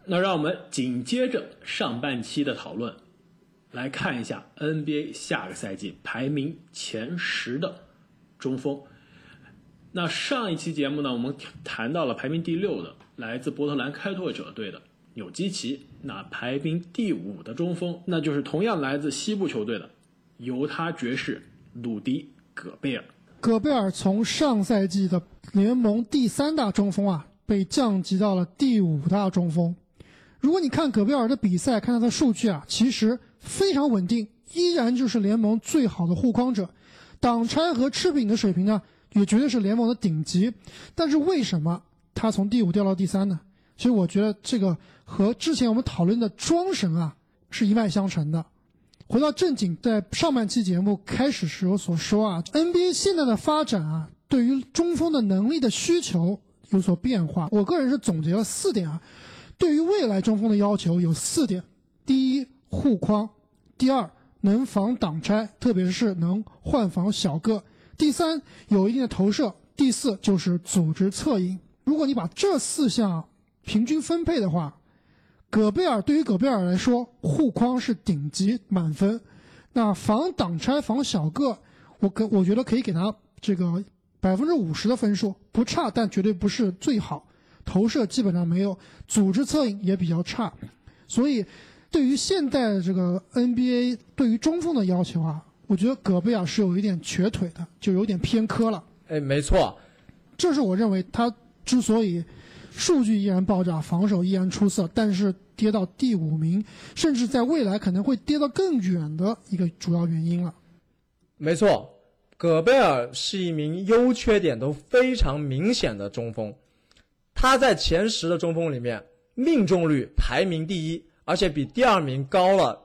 那让我们紧接着上半期的讨论，来看一下 NBA 下个赛季排名前10的中锋。那上一期节目呢，我们谈到了排名第6的来自波特兰开拓者队的纽基奇，那排名第5的中锋，那就是同样来自西部球队的犹他爵士鲁迪·戈贝尔。 戈贝尔从上赛季的联盟第3大中锋啊，被降级到了第5大中锋。如果你看戈贝尔的比赛，看他的数据啊，其实非常稳定，依然就是联盟最好的护框者，挡拆和吃饼的水平呢，也绝对是联盟的顶级。但是为什么他从第5掉到第3呢？其实我觉得这个和之前我们讨论的庄神啊是一脉相承的。回到正经，在上半期节目开始时我所说啊 ，NBA 现在的发展啊，对于中锋的能力的需求有所变化。我个人是总结了4点啊，对于未来中锋的要求有4点：第一，护框；第二，能防挡拆，特别是能换防小个；第三，有一定的投射；第四，就是组织策应。如果你把这4项平均分配的话，对于戈贝尔来说，护框是顶级满分。那防挡拆、防小个，我觉得可以给他这个50%的分数，不差，但绝对不是最好。投射基本上没有，组织策应也比较差。所以，对于现在的这个 NBA 对于中锋的要求啊，我觉得戈贝尔是有一点瘸腿的，就有点偏科了。 没错， 这是我认为他之所以数据依然爆炸，防守依然出色，但是跌到第5名，甚至在未来可能会跌到更远的一个主要原因了。 没错，戈贝尔是一名优缺点都非常明显的中锋，他在前10的中锋里面命中率排名第1，而且比第2名高了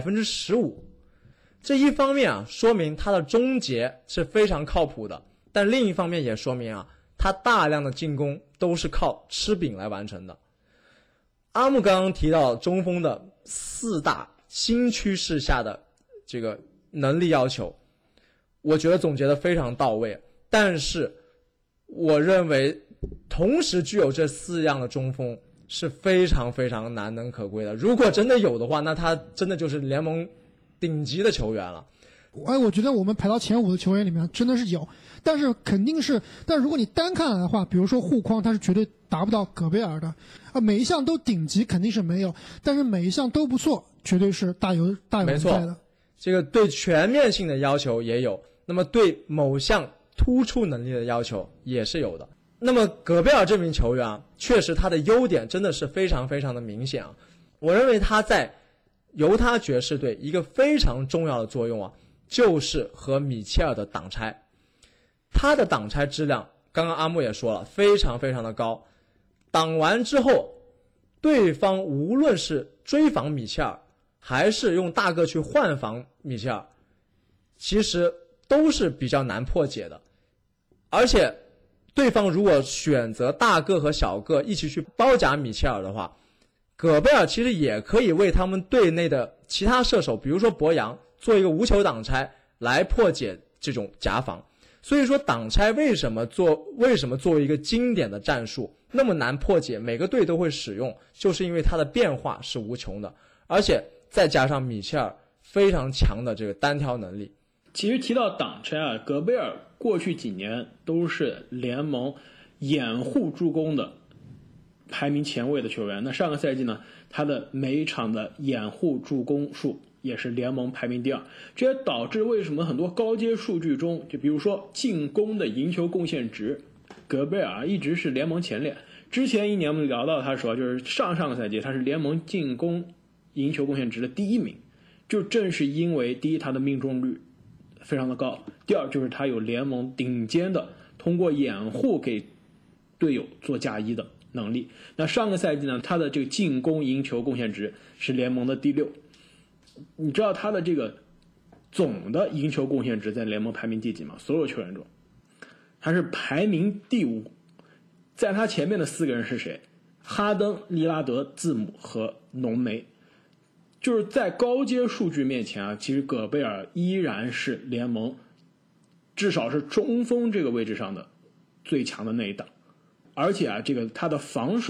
15%。这一方面啊，说明他的终结是非常靠谱的，但另一方面也说明啊，他大量的进攻都是靠吃饼来完成的。阿木刚刚提到中锋的4大新趋势下的这个能力要求，我觉得总结的非常到位，但是我认为同时具有这4样的中锋是非常非常难能可贵的。如果真的有的话，那他真的就是联盟顶级的球员了。 我觉得我们排到前5的球员里面真的是有，但如果你单看来的话，比如说护框，他是绝对达不到戈贝尔的每一项都顶级肯定是没有，但是每一项都不错，绝对是大有在的。 没错，这个对全面性的要求也有，那么对某项突出能力的要求也是有的。那么戈贝尔这名球员啊，确实他的优点真的是非常非常的明显啊。我认为他在犹他爵士队一个非常重要的作用啊，就是和米切尔的挡拆。他的挡拆质量刚刚阿木也说了，非常非常的高。挡完之后，对方无论是追防米切尔还是用大个去换防米切尔，其实都是比较难破解的。而且对方如果选择大个和小个一起去包夹米切尔的话，戈贝尔其实也可以为他们队内的其他射手，比如说博扬，做一个无球挡拆来破解这种夹防。所以说挡拆为什么作为一个经典的战术那么难破解，每个队都会使用，就是因为它的变化是无穷的，而且再加上米切尔非常强的这个单挑能力。 其实提到挡拆啊，戈贝尔过去几年都是联盟掩护助攻的排名前位的球员。那上个赛季呢，他的每一场的掩护助攻数也是联盟排名第2，这也导致为什么很多高阶数据中，就比如说进攻的赢球贡献值，戈贝尔一直是联盟前列。之前1年我们聊到他的时候，就是上个赛季他是联盟进攻赢球贡献值的第1名，就正是因为第一他的命中率非常的高，第二就是他有联盟顶尖的通过掩护给队友做加1的能力。那上个赛季呢，他的这个进攻赢球贡献值是联盟的第6。你知道他的这个总的赢球贡献值在联盟排名第几吗？所有球员中他是排名第5。在他前面的4个人是谁？哈登、利拉德、字母和浓眉。就是在高阶数据面前啊，其实戈贝尔依然是联盟至少是中锋这个位置上的最强的那一档。而且啊，这个他的防守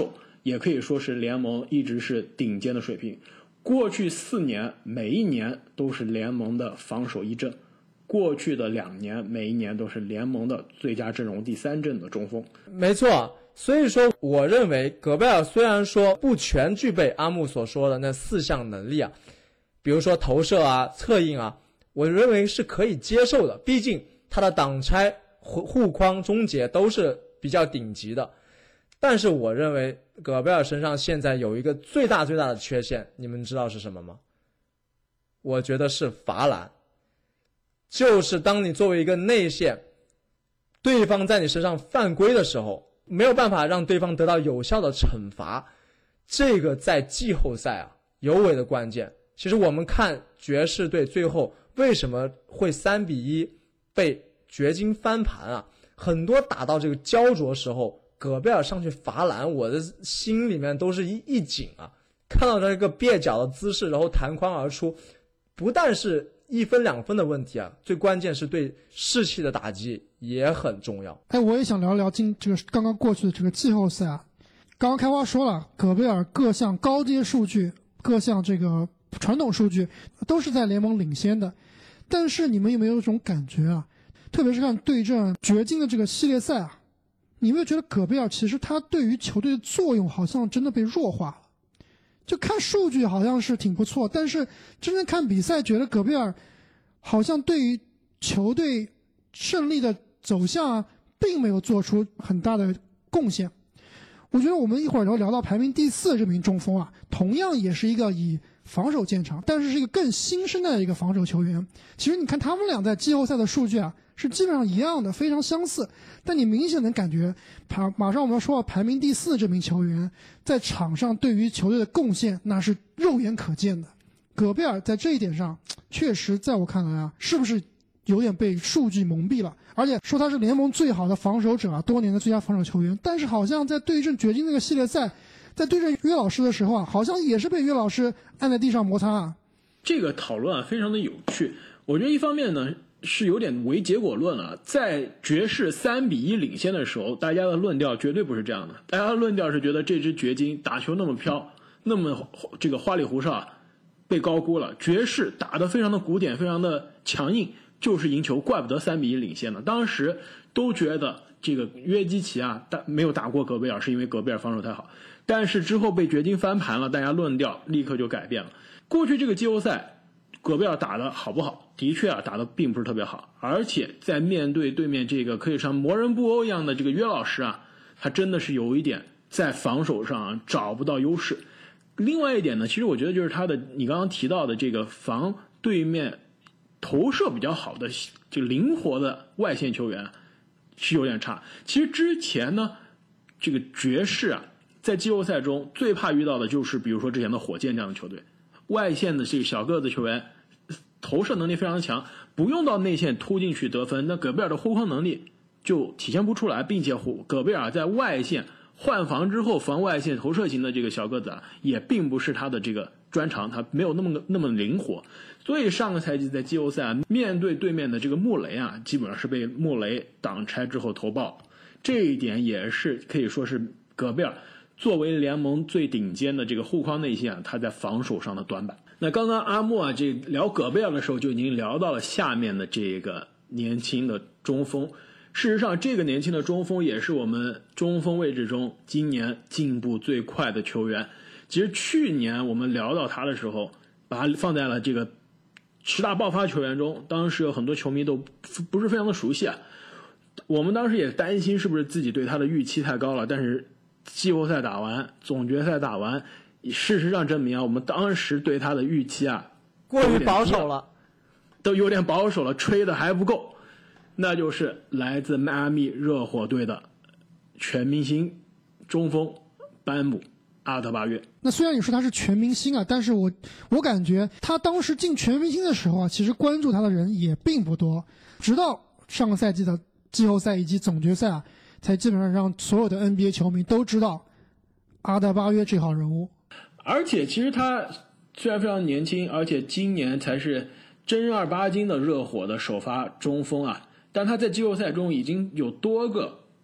也可以说是联盟一直是顶尖的水平。过去4年每一年都是联盟的防守一阵，过去的2年每一年都是联盟的最佳阵容第3阵的中锋。 没错，所以说我认为戈贝尔虽然说不全具备阿木所说的那4项能力啊，比如说投射啊、策应啊，我认为是可以接受的，毕竟他的挡拆、护框、终结都是比较顶级的。但是我认为戈贝尔身上现在有一个最大的缺陷，你们知道是什么吗？我觉得是罚篮。就是当你作为一个内线，对方在你身上犯规的时候，没有办法让对方得到有效的惩罚，这个在季后赛啊尤为的关键。其实我们看爵士队最后为什么会3-1被掘金翻盘啊，很多打到这个焦灼时候，戈贝尔上去罚篮，我的心里面都是一紧啊！看到这个蹩脚的姿势，然后弹框而出，不但是1分2分的问题啊，最关键是对士气的打击也很重要。 我也想聊聊这个刚刚过去的这个季后赛啊。刚刚开花说了，戈贝尔各项高阶数据、各项这个传统数据都是在联盟领先的，但是你们有没有一种感觉啊？特别是看对阵掘金的这个系列赛啊，你有没有觉得戈贝尔其实他对于球队的作用好像真的被弱化了？就看数据好像是挺不错，但是真正看比赛，觉得戈贝尔好像对于球队胜利的走向啊，并没有做出很大的贡献。我觉得我们一会儿聊到排名第4这名中锋啊，同样也是一个以防守见长，但是是一个更新生的一个防守球员。其实你看他们俩在季后赛的数据啊，是基本上一样的，非常相似。但你明显能感觉，马上我们要说到排名第4这名球员在场上对于球队的贡献，那是肉眼可见的。戈贝尔在这一点上，确实在我看来啊，是不是有点被数据蒙蔽了？而且说他是联盟最好的防守者啊，多年的最佳防守球员，但是好像在对阵掘金那个系列赛，在对阵约老师的时候啊，好像也是被约老师按在地上摩擦啊。 这个讨论啊非常的有趣。我觉得一方面呢是有点唯结果论了，在爵士3-1领先的时候，大家的论调绝对不是这样的。大家的论调是觉得这支掘金打球那么飘，那么这个花里胡哨啊，被高估了。爵士打得非常的古典，非常的强硬，就是赢球，怪不得3-1领先呢。当时都觉得这个约基奇啊没有打过戈贝尔，是因为戈贝尔防守太好。但是之后被掘金翻盘了，大家论调立刻就改变了。过去这个季后赛，戈贝尔打得好不好？的确啊，打得并不是特别好，而且在面对面这个可以像魔人布欧一样的这个约老师啊，他真的是有一点在防守上找不到优势。另外一点呢，其实我觉得就是他的你刚刚提到的这个防对面投射比较好的这个灵活的外线球员是有点差。其实之前呢，这个爵士啊，在季后赛中最怕遇到的就是比如说之前的火箭这样的球队，外线的这个小个子球员投射能力非常强，不用到内线突进去得分，那戈贝尔的护框能力就体现不出来，并且戈贝尔在外线换防之后防外线投射型的这个小个子啊，也并不是他的这个专长，他没有那么灵活。所以上个赛季在季后赛啊，面对面的这个穆雷啊，基本上是被穆雷挡拆之后投爆，这一点也是可以说是戈贝尔作为联盟最顶尖的这个护框内线啊，他在防守上的短板。那刚刚阿莫啊，这聊戈贝尔的时候就已经聊到了下面的这个年轻的中锋。事实上，这个年轻的中锋也是我们中锋位置中今年进步最快的球员。其实去年我们聊到他的时候，把他放在了这个10大爆发球员中，当时有很多球迷都不是非常的熟悉啊。我们当时也担心是不是自己对他的预期太高了，但是季后赛打完，总决赛打完，事实上证明啊，我们当时对他的预期啊过于保守了， 都有点保守了，吹的还不够。那就是来自迈阿密热火队的全明星中锋班姆阿德巴约。 那虽然你说他是全明星啊，但是我感觉他当时进全明星的时候啊，其实关注他的人也并不多，直到上个赛季的季后赛以及总决赛啊，才基本上让所有的 NBA 球迷都知道阿德巴约这号人物。 而且其实他虽然非常年轻，而且今年才是正儿八经的热火的首发中锋啊，但他在季后赛中已经有多个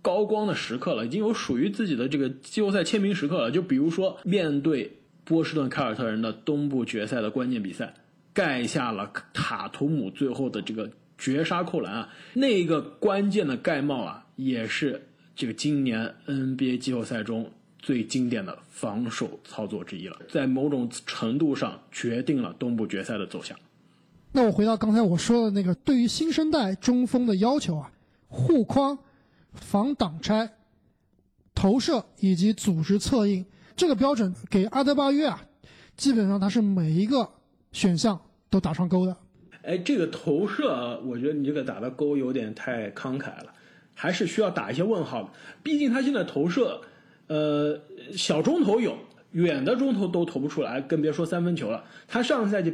高光的时刻了，已经有属于自己的这个季后赛签名时刻了。就比如说面对波士顿凯尔特人的东部决赛的关键比赛，盖下了塔图姆最后的这个绝杀扣篮啊，那个关键的盖帽啊，也是这个今年 NBA 季后赛中最经典的防守操作之一了，在某种程度上决定了东部决赛的走向。 那我回到刚才我说的那个对于新生代中锋的要求啊，护框、防挡拆、投射以及组织策应，这个标准给阿德巴约啊，基本上他是每一个选项都打上勾的。 哎，这个投射啊，我觉得你这个打的勾有点太慷慨了，还是需要打一些问号的。毕竟他现在投射，小中投有，远的中投都投不出来，更别说三分球了。他上个赛季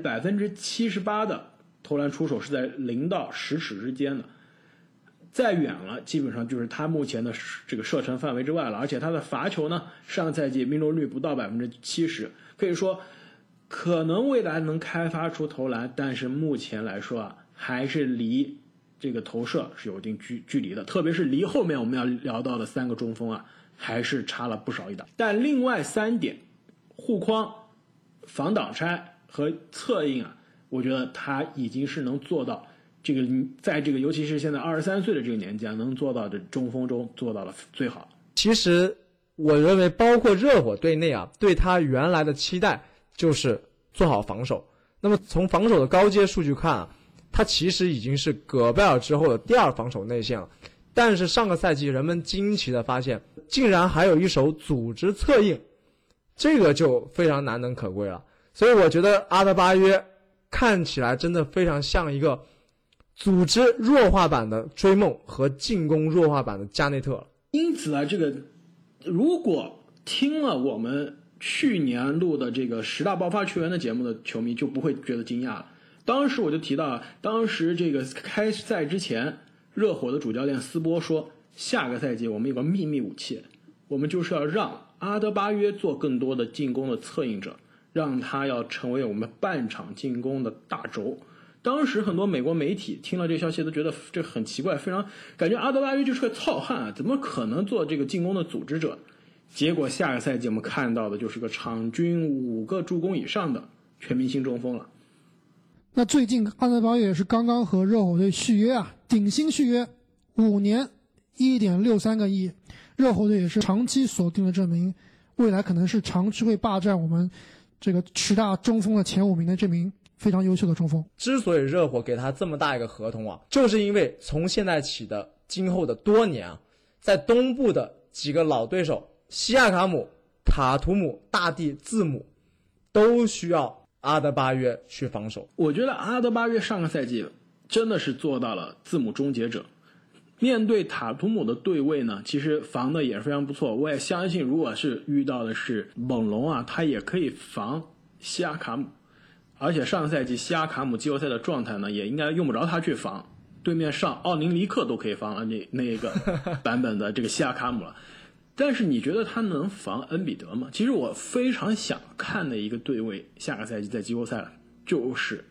78%的投篮出手是在0到10尺之间的，再远了基本上就是他目前的这个射程范围之外了。而且他的罚球呢，上个赛季命中率不到70%，可以说可能未来能开发出投篮，但是目前来说啊，还是离这个投射是有一定距离的，特别是离后面我们要聊到的3个中锋啊，还是差了不少一档。但另外3点，护框、防挡拆和策应啊，我觉得他已经是能做到这个，在这个尤其是现在23岁的这个年纪啊，能做到的中锋中做到了最好。 其实我认为，包括热火队内啊，对他原来的期待就是做好防守。那么从防守的高阶数据看啊，他其实已经是戈贝尔之后的第2防守内线了。但是上个赛季人们惊奇的发现，竟然还有一手组织策应，这个就非常难能可贵了。所以我觉得阿德巴约看起来真的非常像一个组织弱化版的追梦和进攻弱化版的加内特了。 因此啊，这个如果听了我们去年录的这个10大爆发球员的节目的球迷就不会觉得惊讶了。当时我就提到，当时这个开赛之前，热火的主教练斯波说，下个赛季我们有个秘密武器，我们就是要让阿德巴约做更多的进攻的策应者，让他要成为我们半场进攻的大轴。当时很多美国媒体听了这消息都觉得这很奇怪，非常感觉阿德巴约就是个糙汉啊，怎么可能做这个进攻的组织者？结果下个赛季我们看到的就是个场均5个助攻以上的全明星中锋了。 那最近阿德巴约也是刚刚和热火队续约啊，顶薪续约5年1.63个亿，热火队也是长期锁定了这名未来可能是长期会霸占我们这个10大中锋的前5名的这名非常优秀的中锋。 之所以热火给他这么大一个合同啊，就是因为从现在起的今后的多年啊，在东部的几个老对手西亚卡姆、塔图姆、大帝、字母都需要阿德巴约去防守。 我觉得阿德巴约上个赛季真的是做到了字母终结者。面对塔图姆的对位呢，其实防的也是非常不错。我也相信，如果是遇到的是猛龙啊，他也可以防西亚卡姆。而且上个赛季西亚卡姆季后赛的状态呢，也应该用不着他去防，对面上奥宁尼克都可以防了那个版本的这个西亚卡姆了。但是你觉得他能防恩比德吗？其实我非常想看的一个对位，下个赛季在季后赛就是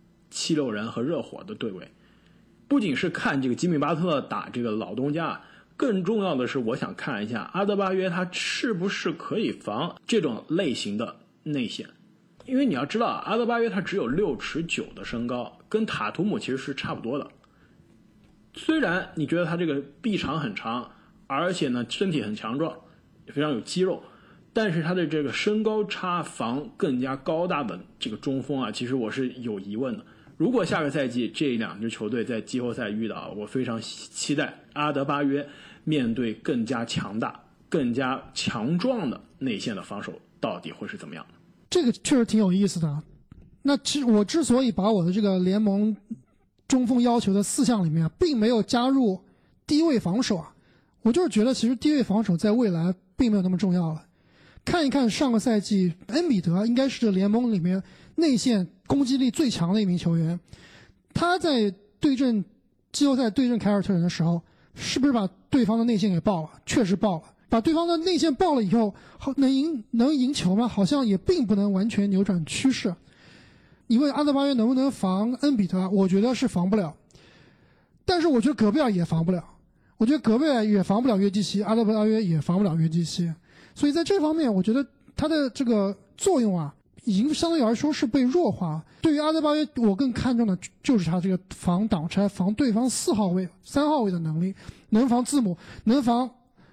76人和热火的对位。不仅是看这个吉米巴特勒打这个老东家，更重要的是我想看一下阿德巴约他是不是可以防这种类型的内线。因为你要知道阿德巴约他只有6尺9的身高，跟塔图姆其实是差不多的。虽然你觉得他这个臂长很长，而且呢身体很强壮，也非常有肌肉，但是他的这个身高差防更加高大的这个中锋啊，其实我是有疑问的。如果下个赛季这2支球队在季后赛遇到，我非常期待阿德巴约面对更加强大、更加强壮的内线的防守到底会是怎么样的。 这个确实挺有意思的。那我之所以把我的这个联盟中锋要求的4项里面并没有加入低位防守啊，我就是觉得其实低位防守在未来并没有那么重要了。看一看上个赛季恩比德应该是这联盟里面内线攻击力最强的一名球员，他在季后赛对阵凯尔特人的时候，是不是把对方的内线给爆了？确实爆了。把对方的内线爆了以后，能赢球吗？好像也并不能完全扭转趋势。你问阿德巴约能不能防恩比德，我觉得是防不了。但是我觉得戈贝尔也防不了。 我觉得戈贝尔也防不了约基奇，阿德巴约也防不了约基奇，所以在这方面，我觉得他的这个作用啊，已经相对来说是被弱化。对于阿德巴约，我更看重的就是他这个防挡拆、防对方4号位、3号位的能力，能防字母，能防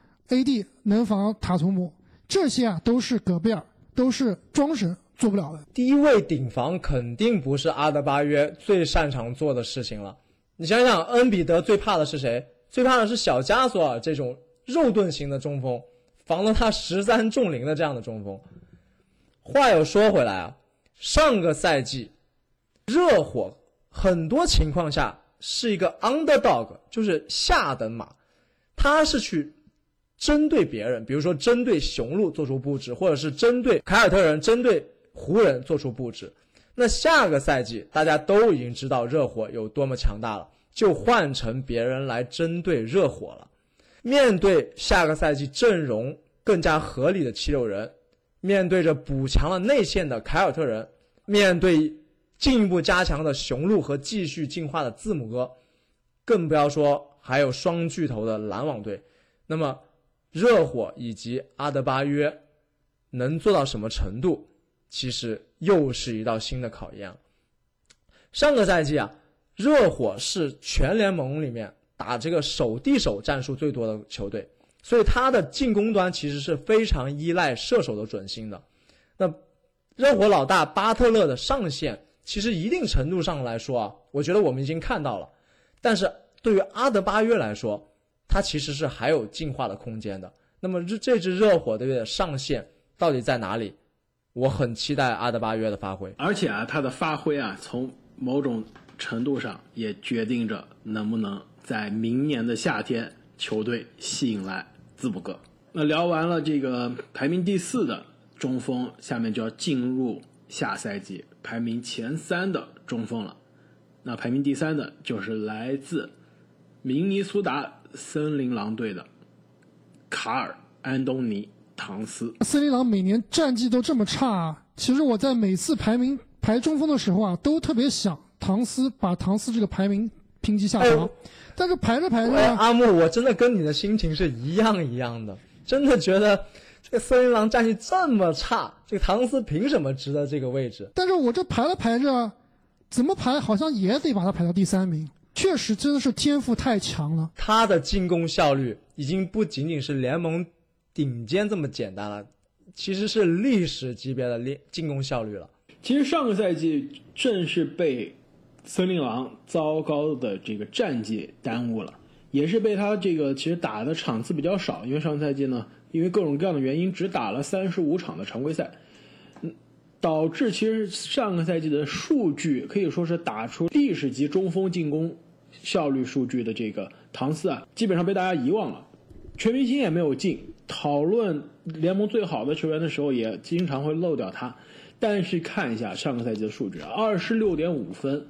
AD， 能防塔图姆，这些啊都是戈贝尔，都是庄神做不了的。 低位顶防肯定不是阿德巴约最擅长做的事情了。你想想，恩比德最怕的是谁？最怕的是小加索尔这种肉盾型的中锋，防了他13中0的这样的中锋。话又说回来啊，上个赛季热火很多情况下是一个 underdog， 就是下等马，他是去针对别人，比如说针对雄鹿做出布置，或者是针对凯尔特人、针对湖人做出布置。那下个赛季大家都已经知道热火有多么强大了，就换成别人来针对热火了。面对下个赛季阵容更加合理的76人，面对着补强了内线的凯尔特人，面对进一步加强的雄鹿和继续进化的字母哥，更不要说还有双巨头的篮网队。那么热火以及阿德巴约能做到什么程度，其实又是一道新的考验。上个赛季啊，热火是全联盟里面打这个手递手战术最多的球队，所以他的进攻端其实是非常依赖射手的准心的。那热火老大巴特勒的上限其实一定程度上来说啊，我觉得我们已经看到了，但是对于阿德巴约来说，他其实是还有进化的空间的。那么这支热火队的上限到底在哪里？我很期待阿德巴约的发挥。 而且啊，他的发挥啊，从某种程度上也决定着能不能在明年的夏天球队吸引来字母哥。那聊完了这个排名第4的中锋，下面就要进入下赛季排名前3的中锋了。那排名第3的就是来自明尼苏达森林狼队的卡尔·安东尼·唐斯。 森林狼每年战绩都这么差啊，其实我在每次排中锋的时候啊，都特别想把唐斯这个排名评级下滑，但是排着排着阿木，我真的跟你的心情是一样的，真的觉得这个森林狼战绩这么差，这个唐斯凭什么值得这个位置？ 但是我这排着排着，怎么排好像也得把他排到第3名，确实真的是天赋太强了。 他的进攻效率已经不仅仅是联盟顶尖这么简单了，其实是历史级别的进攻效率了。 其实上个赛季正是被森林狼糟糕的这个战绩耽误了，也是被他这个其实打的场次比较少，因为上赛季呢，因为各种各样的原因只打了35场的常规赛，导致其实上个赛季的数据可以说是打出历史级中锋进攻效率数据的这个唐斯啊，基本上被大家遗忘了，全明星也没有进，讨论联盟最好的球员的时候也经常会漏掉他。但是看一下上个赛季的数据啊，26.5分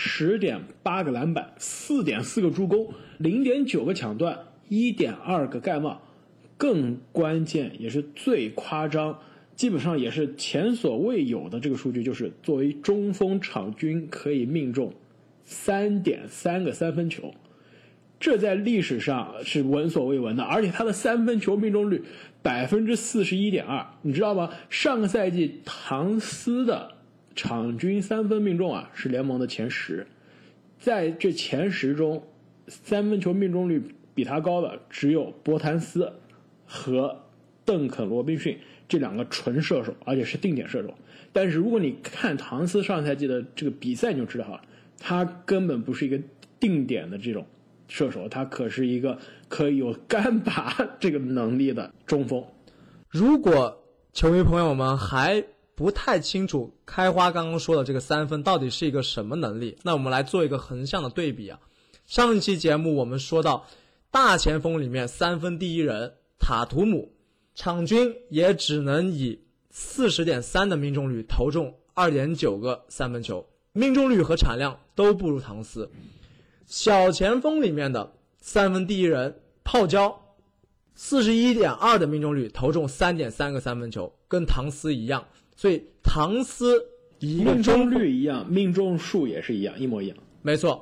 ，10.8个篮板，4.4个助攻，0.9个抢断，1.2个盖帽，更关键也是最夸张，基本上也是前所未有的这个数据，就是作为中锋场均可以命中3.3个三分球，这在历史上是闻所未闻的，而且他的三分球命中率41.2%，你知道吗？上个赛季唐斯的场均三分命中啊是联盟的前10，在这前10中，三分球命中率比他高的只有波坦斯和邓肯·罗宾逊这2个纯射手，而且是定点射手。但是如果你看唐斯上赛季的这个比赛，你就知道了，他根本不是一个定点的这种射手，他可是一个可以有干拔这个能力的中锋。 如果球迷朋友们还不太清楚开花刚刚说的这个3分到底是一个什么能力，那我们来做一个横向的对比啊。上一期节目我们说到大前锋里面3分第一人塔图姆，场均也只能以 40.3 的命中率投中 2.9 个三分球，命中率和产量都不如唐斯。小前锋里面的3分第一人泡椒， 41.2 的命中率投中 3.3 个三分球，跟唐斯一样。所以唐斯以一个命中率一样，命中数也是一样，一模一样。 没错，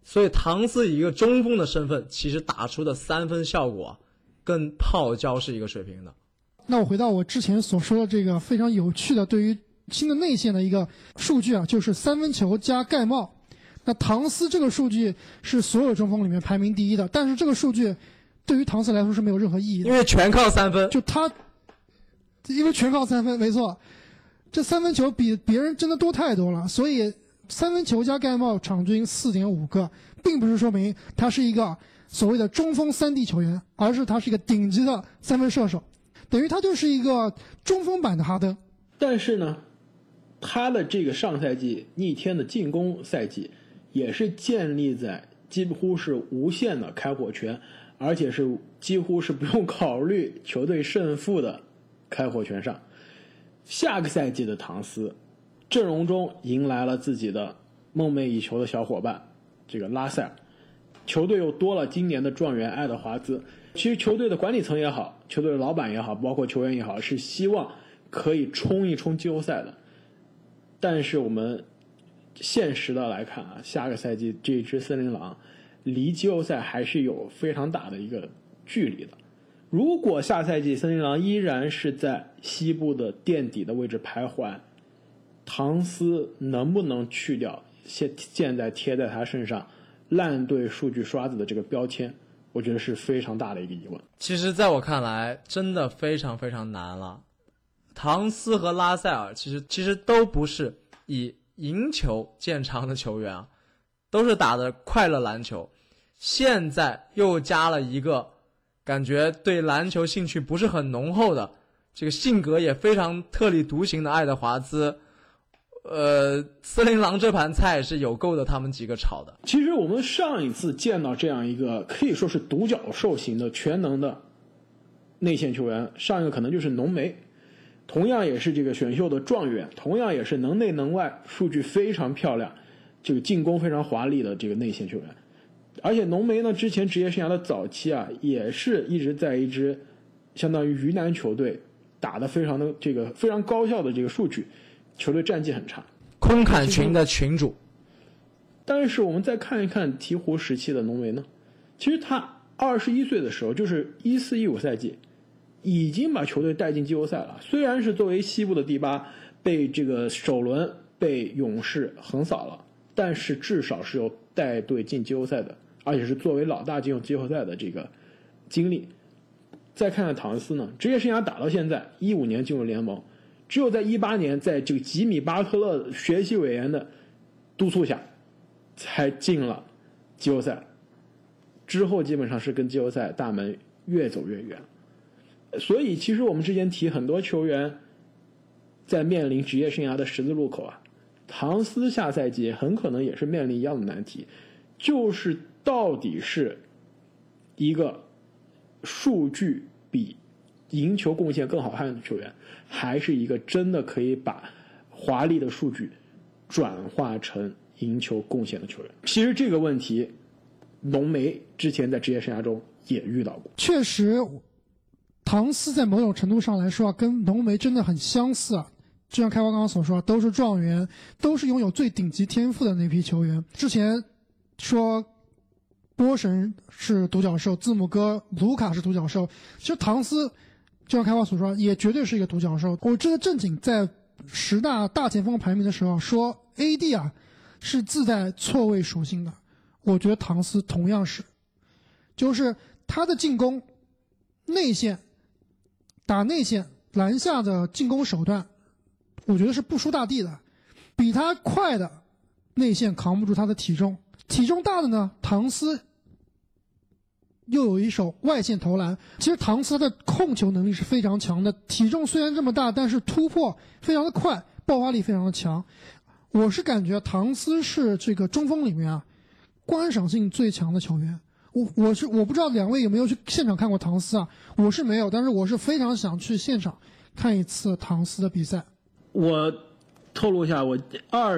所以唐斯以一个中锋的身份，其实打出的3分效果跟泡椒是一个水平的。 那我回到我之前所说的这个非常有趣的对于新的内线的一个数据啊，就是3分球加盖帽。那唐斯这个数据是所有中锋里面排名第1的，但是这个数据对于唐斯来说是没有任何意义的， 因为全靠3分。 因为全靠3分，没错，这3分球比别人真的多太多了，所以3分球加盖帽场均 4.5 个，并不是说明他是一个所谓的中锋3D 球员，而是他是一个顶级的3分射手，等于他就是一个中锋版的哈登。 但是呢，他的这个上赛季逆天的进攻赛季也是建立在几乎是无限的开火权，而且是几乎是不用考虑球队胜负的开火权上。下个赛季的唐斯阵容中迎来了自己的梦寐以求的小伙伴，这个拉塞尔，球队又多了今年的状元爱德华兹。其实球队的管理层也好，球队的老板也好，包括球员也好，是希望可以冲一冲季后赛的。但是我们现实的来看啊，下个赛季这支森林狼离季后赛还是有非常大的一个距离的。如果下赛季森林狼依然是在西部的垫底的位置徘徊，唐斯能不能去掉现在贴在他身上烂队数据刷子的这个标签，我觉得是非常大的一个疑问。 其实在我看来真的非常非常难了。唐斯和拉塞尔其实都不是以赢球见长的球员啊，都是打的快乐篮球。现在又加了一个感觉对篮球兴趣不是很浓厚的，这个性格也非常特立独行的爱德华兹。森林狼这盘菜是有够的他们几个炒的。 其实我们上一次见到这样一个可以说是独角兽型的全能的内线球员，上一个可能就是浓眉，同样也是这个选秀的状元，同样也是能内能外，数据非常漂亮，这个进攻非常华丽的这个内线球员。而且浓眉呢，之前职业生涯的早期啊，也是一直在一支相当于鱼腩球队打得非常的这个非常高效的这个数据，球队战绩很差。 空砍群的群主。 但是我们再看一看鹈鹕时期的浓眉呢，其实他21岁的时候，就是14-15赛季，已经把球队带进季后赛了。虽然是作为西部的第8，被这个首轮被勇士横扫了，但是至少是有带队进季后赛的，而且是作为老大进入季后赛的这个经历。再看看唐斯呢，职业生涯打到现在15年进入联盟，只有在18年在这个吉米巴特勒学习委员的督促下才进了季后赛，之后基本上是跟季后赛大门越走越远。所以其实我们之前提很多球员在面临职业生涯的十字路口啊，唐斯下赛季很可能也是面临一样的难题，就是到底是一个数据比赢球贡献更好看的球员，还是一个真的可以把华丽的数据转化成赢球贡献的球员。其实这个问题浓眉之前在职业生涯中也遇到过。 确实唐斯在某种程度上来说啊，跟浓眉真的很相似啊。就像开花刚刚所说，都是状元，都是拥有最顶级天赋的那批球员。之前说波神是独角兽，字母哥卢卡是独角兽，其实唐斯就像开花所说，也绝对是一个独角兽。我记得正经在10大大前锋排名的时候说 AD 啊是自带错位属性的，我觉得唐斯同样是，就是他的进攻内线打内线篮下的进攻手段，我觉得是不输大帝的。比他快的内线扛不住他的体重，体重大的呢，唐斯又有一手外线投篮。其实唐斯的控球能力是非常强的，体重虽然这么大，但是突破非常的快，爆发力非常的强。我是感觉唐斯是这个中锋里面啊观赏性最强的球员。我不知道两位有没有去现场看过唐斯啊？我是没有，但是我是非常想去现场看一次唐斯的比赛。 我透露一下，我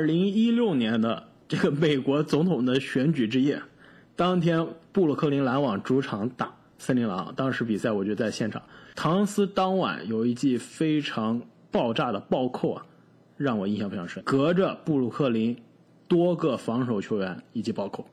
2016年的这个美国总统的选举之夜，当天布鲁克林篮网主场打森林狼，当时比赛我就在现场。唐斯当晚有一记非常爆炸的暴扣啊，让我印象非常深，隔着布鲁克林多个防守球员以及暴扣。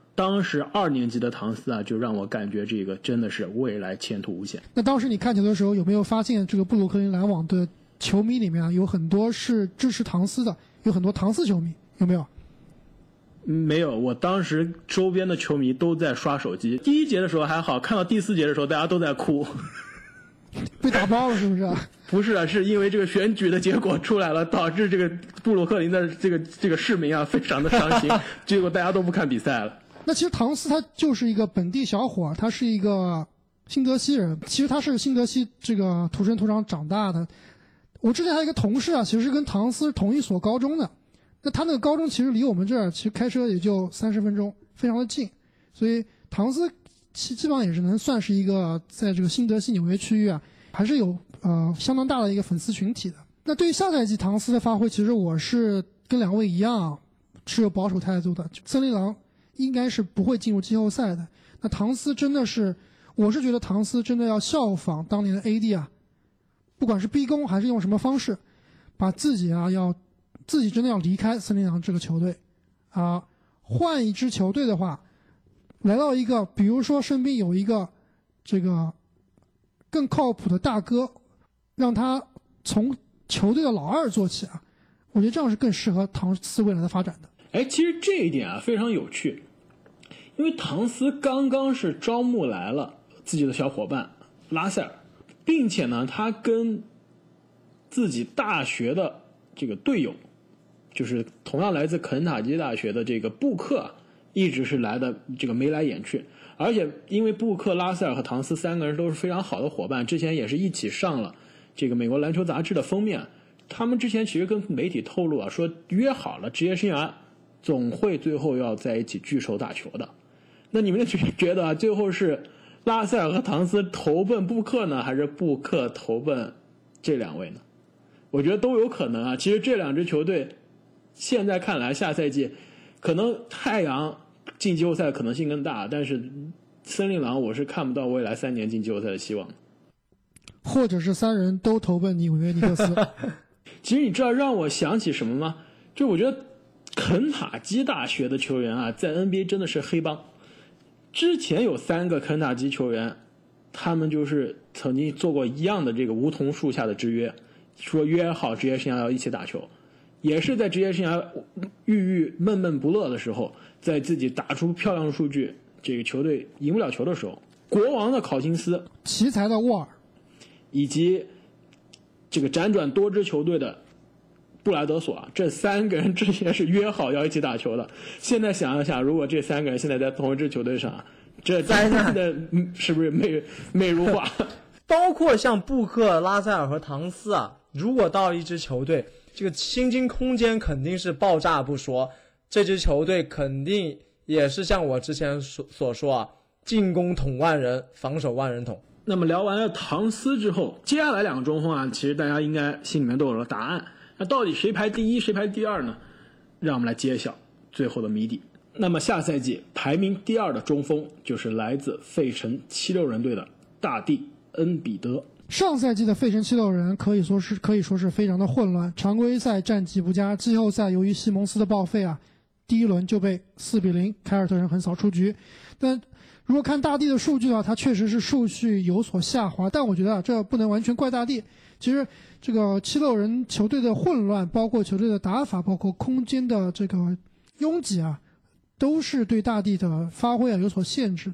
当时2年级的唐斯啊，就让我感觉这个真的是未来前途无限。 那当时你看球的时候，有没有发现这个布鲁克林篮网的球迷里面啊，有很多是支持唐斯的，有很多唐斯球迷，有没有？ 没有，我当时周边的球迷都在刷手机。第1节的时候还好，看到第4节的时候，大家都在哭。 被打爆了是不是？ 不是啊，是因为这个选举的结果出来了，导致这个布鲁克林的这个市民啊非常的伤心，结果大家都不看比赛了。 那其实唐斯他就是一个本地小伙，他是一个新泽西人，其实他是新泽西这个土生土长长大的。我之前还有一个同事啊，其实是跟唐斯同一所高中的。那他那个高中其实离我们这儿其实开车也就30分钟，非常的近，所以唐斯基本上也是能算是一个在这个新泽西纽约区域啊，还是有相当大的一个粉丝群体的。那对于下赛季唐斯的发挥，其实我是跟2位一样持有保守态度的。森林狼应该是不会进入季后赛的。那唐斯真的是，我是觉得唐斯真的要效仿当年的 AD 啊，不管是逼宫还是用什么方式，把自己真的要离开森林狼这个球队啊，换一支球队的话，来到一个比如说身边有一个这个更靠谱的大哥，让他从球队的老二做起啊，我觉得这样是更适合唐斯未来的发展的。 哎，其实这一点啊非常有趣，因为唐斯刚刚是招募来了自己的小伙伴拉塞尔，并且呢，他跟自己大学的这个队友，就是同样来自肯塔基大学的这个布克，一直是来的这个眉来眼去。而且因为布克、拉塞尔和唐斯3个人都是非常好的伙伴，之前也是一起上了这个美国篮球杂志的封面。他们之前其实跟媒体透露啊，说约好了职业生涯总会最后要在一起聚首打球的。那你们觉得啊，最后是拉塞尔和唐斯投奔布克呢，还是布克投奔这2位呢？我觉得都有可能啊。其实这2支球队现在看来，下赛季可能太阳进季后赛的可能性更大，但是森林狼我是看不到未来3年进季后赛的希望。 或者是3人都投奔纽约尼克斯。 其实你知道让我想起什么吗？就我觉得肯塔基大学的球员啊，在 NBA 真的是黑帮。之前有3个肯塔基球员，他们就是曾经做过一样的这个梧桐树下的之约，说约好职业生涯要一起打球，也是在职业生涯郁闷闷不乐的时候，在自己打出漂亮的数据，这个球队赢不了球的时候，国王的考辛斯、 奇才的沃尔， 以及这个辗转多支球队的布莱德索啊，这3个人之前是约好要一起打球的。现在想一想，如果这3个人现在在同一支球队上，这灾难的是不是美如画？ 包括像布克、拉塞尔和唐斯啊，如果到一支球队，这个薪金空间肯定是爆炸不说，这支球队肯定也是像我之前所说啊，进攻捅万人，防守万人捅。 那么聊完了唐斯之后，接下来2个中锋啊，其实大家应该心里面都有了答案。那到底谁排第1，谁排第2呢？让我们来揭晓最后的谜底。那么下赛季排名第2的中锋就是来自费城76人队的大帝恩比德。 上赛季的费城76人可以说是非常的混乱，常规赛战绩不佳，季后赛由于西蒙斯的报废啊，第1轮就被4-0凯尔特人横扫出局。但如果看大帝的数据的话，他确实是数据有所下滑，但我觉得啊，这不能完全怪大帝。其实这个76人球队的混乱，包括球队的打法，包括空间的这个拥挤啊，都是对大帝的发挥啊有所限制的。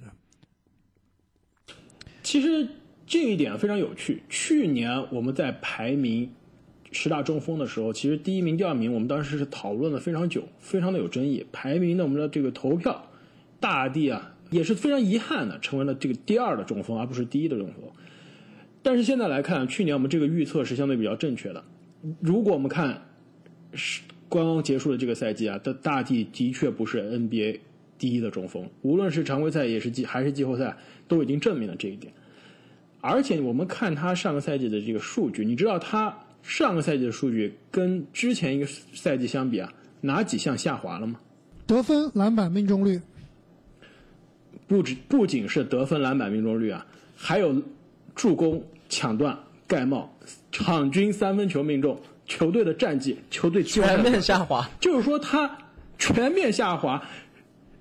其实这一点非常有趣。去年我们在排名10大中锋的时候，其实第1名、第2名我们当时是讨论了非常久，非常的有争议。排名呢，我们的这个投票，大帝啊也是非常遗憾的成为了这个第2的中锋，而不是第1的中锋。但是现在来看，去年我们这个预测是相对比较正确的。如果我们看刚刚结束的这个赛季啊，大帝的确不是 NBA 第1的中锋，无论是常规赛还是季后赛，都已经证明了这一点。而且我们看他上个赛季的这个数据，你知道他上个赛季的数据跟之前一个赛季相比啊，哪几项下滑了吗？ 得分、篮板、命中率。 不仅是得分、篮板、命中率啊，还有助攻、抢断、盖帽、场均3分球命中、球队的战绩、球队全面下滑。 就是说他全面下滑。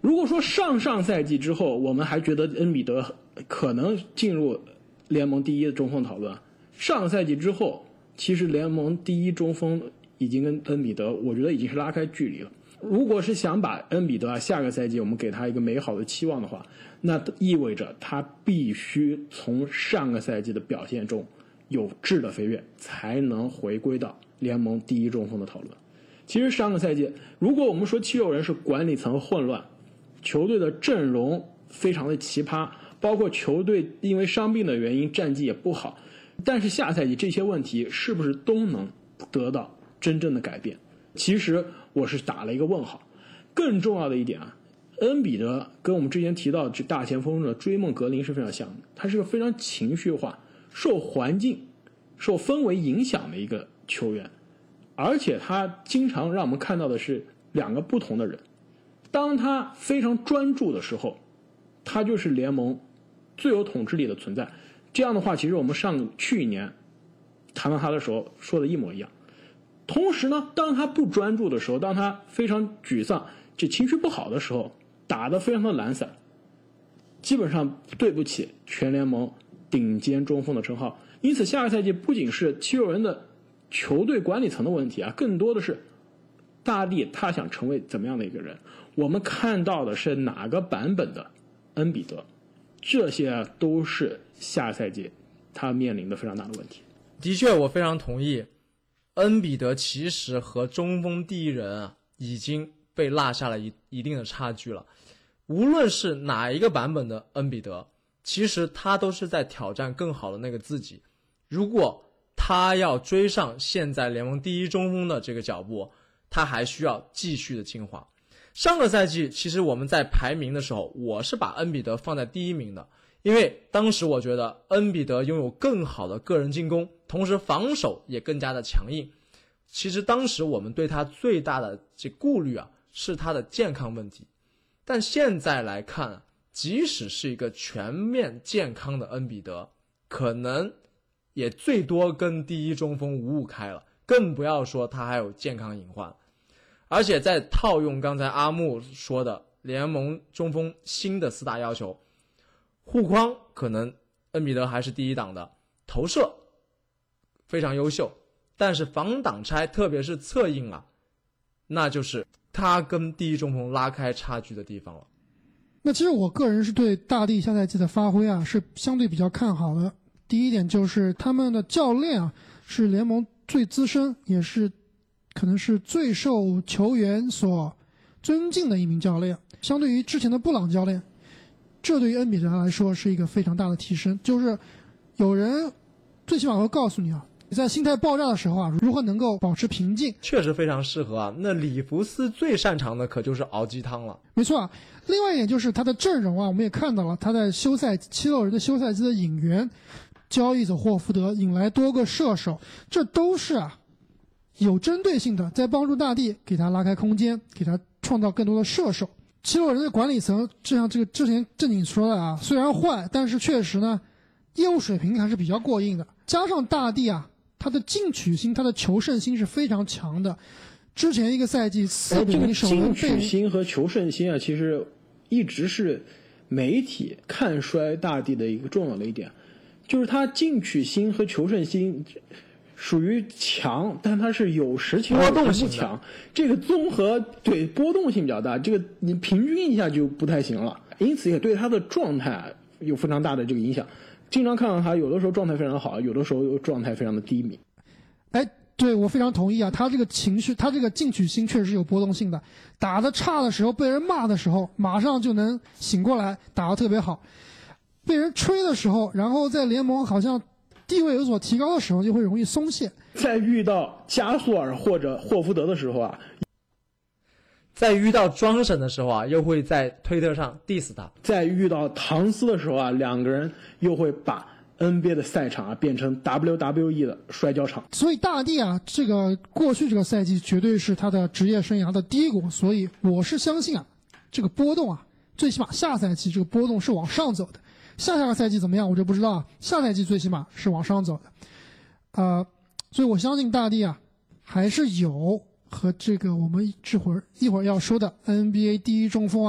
如果说上赛季之后，我们还觉得恩比德可能进入联盟第一的中锋讨论，上赛季之后，其实联盟第一中锋已经跟恩比德，我觉得已经是拉开距离了。如果是想把恩比德下个赛季我们给他一个美好的期望的话，那意味着他必须从上个赛季的表现中有质的飞跃，才能回归到联盟第一中锋的讨论。其实上个赛季，如果我们说七六人是管理层混乱，球队的阵容非常的奇葩，包括球队因为伤病的原因战绩也不好，但是下赛季这些问题是不是都能得到真正的改变？其实我是打了一个问号。更重要的一点啊，恩比德跟我们之前提到这大前锋的追梦格林是非常像的，他是个非常情绪化、受环境、受氛围影响的一个球员，而且他经常让我们看到的是两个不同的人。当他非常专注的时候，他就是联盟最有统治力的存在。这样的话，其实我们去年谈到他的时候说的一模一样。同时呢，当他不专注的时候，当他非常沮丧、这情绪不好的时候，打得非常的懒散，基本上对不起全联盟顶尖中锋的称号。因此，下个赛季不仅是七六人的球队管理层的问题啊，更多的是大帝他想成为怎么样的一个人。我们看到的是哪个版本的恩比德，这些都是下赛季他面临的非常大的问题。 的确，我非常同意。恩比德其实和中锋第一人已经被落下了一定的差距了。无论是哪一个版本的恩比德，其实他都是在挑战更好的那个自己。如果他要追上现在联盟第一中锋的这个脚步，他还需要继续的进化。上个赛季其实我们在排名的时候，我是把恩比德放在第一名的，因为当时我觉得恩比德拥有更好的个人进攻，同时防守也更加的强硬。其实当时我们对他最大的这顾虑是他的健康问题。但现在来看，即使是一个全面健康的恩比德，可能也最多跟第一中锋5-5开了，更不要说他还有健康隐患。而且再套用刚才阿木说的联盟中锋新的4大要求，护框可能恩比德还是第一档的，投射非常优秀，但是防挡拆特别是策应那就是他跟第一中锋拉开差距的地方了。 那其实我个人是对大帝下赛季的发挥是相对比较看好的。第一点就是他们的教练是联盟最资深，也是可能是最受球员所尊敬的一名教练，相对于之前的布朗教练，这对于恩比德来说是一个非常大的提升。就是有人最起码会告诉你你在心态爆炸的时候如何能够保持平静， 确实非常适合那里弗斯最擅长的可就是熬鸡汤了。 没错另外一点就是他的阵容我们也看到了，他在七六人的休赛期的引援，交易走霍福德，引来多个射手，这都是有针对性的，在帮助大帝给他拉开空间，给他创造更多的射手。七六人的管理层就像这个之前正经说的虽然坏，但是确实呢业务水平还是比较过硬的。加上大帝他的进取心，他的求胜心是非常强的。之前一个赛季4-0首轮进取心和求胜心其实一直是媒体看衰大帝的一个重要的一点，就是他进取心和求胜心属于强，但它是有时强波动性不强，这个综合对波动性比较大，这个你平均一下就不太行了，因此也对他的状态有非常大的这个影响。经常看到他有的时候状态非常好，有的时候状态非常的低迷。 对，我非常同意他这个情绪，他这个进取心确实是有波动性的。打得差的时候，被人骂的时候，马上就能醒过来，打得特别好；被人吹的时候，然后在联盟好像地位有所提高的时候，就会容易松懈。 在遇到加索尔或者霍福德的时候在遇到庄神的时候又会在推特上 diss 他； 在遇到唐斯的时候两个人又会把 NBA 的赛场变成 WWE 的摔跤场。 所以大帝这个过去这个赛季绝对是他的职业生涯的低谷，所以我是相信这个波动最起码下赛季这个波动是往上走的。下个赛季怎么样我就不知道下赛季最起码是往上走的。所以我相信大帝还是有和这个我们一会儿要说的 NBA 第一中锋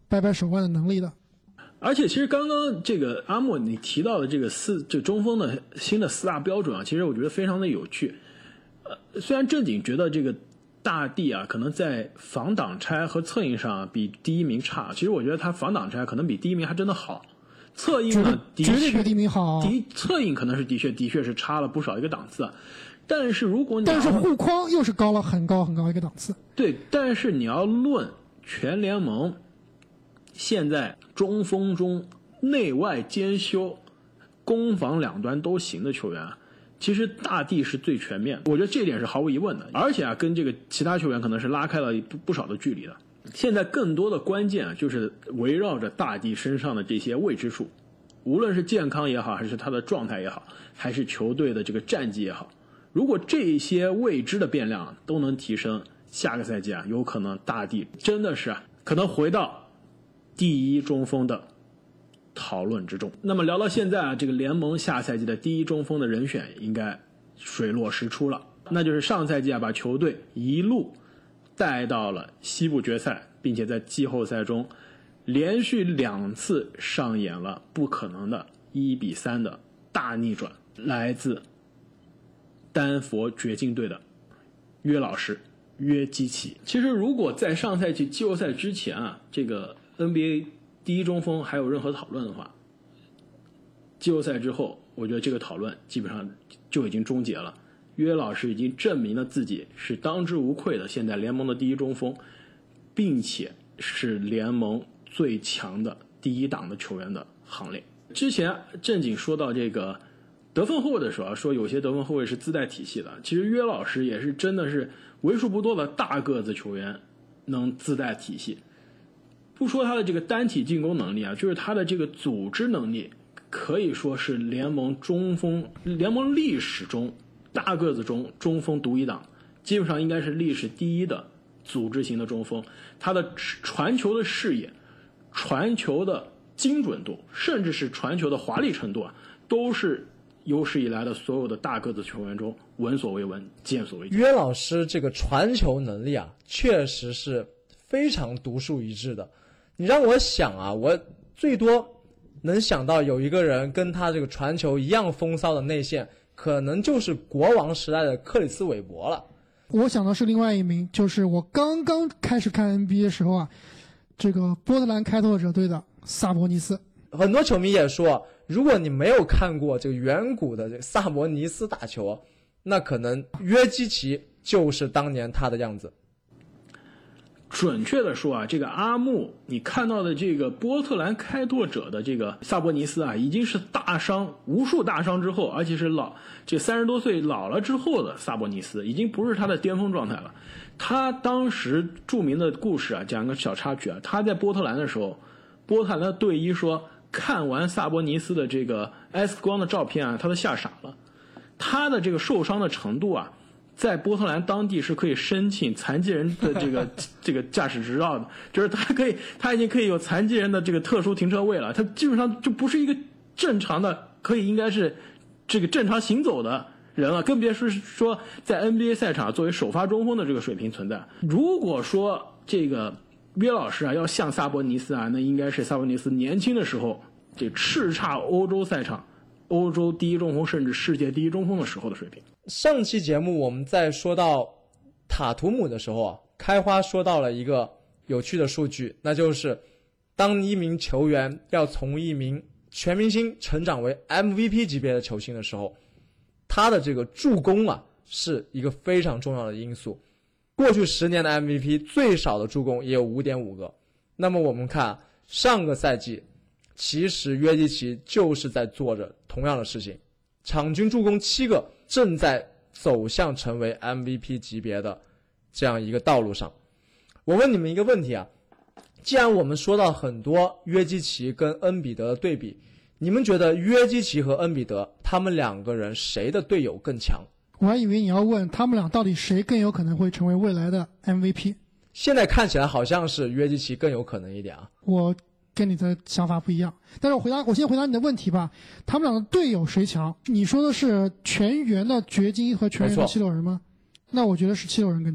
掰掰手腕的能力的。 而且其实刚刚这个阿莫你提到的这个中锋的新的4大标准啊，其实我觉得非常的有趣。虽然正经觉得这个大帝啊可能在防挡拆和策应上比第一名差，其实我觉得他防挡拆可能比第一名还真的好。策应呢， 绝对比第一名好。 策应可能是的确是差了不少一个档次，但是如果你但是护框又是高了很高一个档次。 对，但是你要论全联盟现在中锋中内外兼修、攻防两端都行的球员，其实大帝是最全面，我觉得这点是毫无疑问的。而且啊，跟这个其他球员可能是拉开了不少的距离的。现在更多的关键啊，就是围绕着大帝身上的这些未知数，无论是健康也好，还是他的状态也好，还是球队的这个战绩也好，如果这些未知的变量都能提升，下个赛季啊，有可能大帝真的是可能回到第一中锋的讨论之中。那么聊到现在啊，这个联盟下赛季的第一中锋的人选应该水落石出了，那就是上赛季啊把球队一路带到了西部决赛，并且在季后赛中连续2次上演了不可能的1-3的大逆转，来自丹佛掘金队的约老师约基奇。其实如果在上赛季季后赛之前啊，这个 NBA 第一中锋还有任何讨论的话，季后赛之后我觉得这个讨论基本上就已经终结了。约老师已经证明了自己是当之无愧的现在联盟的第一中锋，并且是联盟最强的第一档的球员的行列。之前正经说到这个得分后卫的时候说有些得分后卫是自带体系的，其实约老师也是真的是为数不多的大个子球员能自带体系。不说他的这个单体进攻能力啊，就是他的这个组织能力，可以说是联盟历史中大个子中中锋独一档，基本上应该是历史第一的组织型的中锋。他的传球的视野、传球的精准度，甚至是传球的华丽程度啊，都是有史以来的所有的大个子球员中闻所未闻、见所未见。 约老师这个传球能力啊，确实是非常独树一帜的。你让我想啊，我最多能想到有一个人跟他这个传球一样风骚的内线，可能就是国王时代的克里斯韦伯了。 我想的是另外一名，就是我刚刚开始看 NBA 的时候啊，这个波特兰开拓者队的萨博尼斯。 很多球迷也说，如果你没有看过这个远古的这个萨博尼斯打球，那可能约基奇就是当年他的样子。 准确的说啊，这个阿木你看到的这个波特兰开拓者的这个萨博尼斯啊，已经是无数大伤之后，而且是30多岁老了之后的萨博尼斯，已经不是他的巅峰状态了。他当时著名的故事啊，讲个小插曲啊，他在波特兰的时候，波特兰的队医说看完萨博尼斯的这个 X 光的照片啊，他都吓傻了。他的这个受伤的程度啊，在波特兰当地是可以申请残疾人的这个驾驶执照的，就是他已经可以有残疾人的这个特殊停车位了，他基本上就不是一个正常的应该是这个正常行走的人了，更别是说在 NBA 赛场作为首发中锋的这个水平存在。如果说这个约老师啊要像萨博尼斯啊，那应该是萨博尼斯年轻的时候这叱咤欧洲赛场、欧洲第一中锋甚至世界第一中锋的时候的水平。 上期节目我们在说到塔图姆的时候啊，开花说到了一个有趣的数据，那就是当一名球员要从一名全明星成长为 MVP 级别的球星的时候，他的这个助攻啊是一个非常重要的因素。过去10年的 MVP 最少的助攻也有 5.5 个。那么我们看上个赛季，其实约基奇就是在做着同样的事情，场均助攻7个，正在走向成为 MVP 级别的这样一个道路上。我问你们一个问题啊，既然我们说到很多约基奇跟恩比德的对比，你们觉得约基奇和恩比德他们2个人谁的队友更强？ 我还以为你要问他们俩到底谁更有可能会成为未来的 MVP。 现在看起来好像是约基奇更有可能一点啊。 我跟你的想法不一样，但是我先回答你的问题吧。他们俩的队友谁强？你说的是全员的掘金和全员的七六人吗？那我觉得是七六人更强。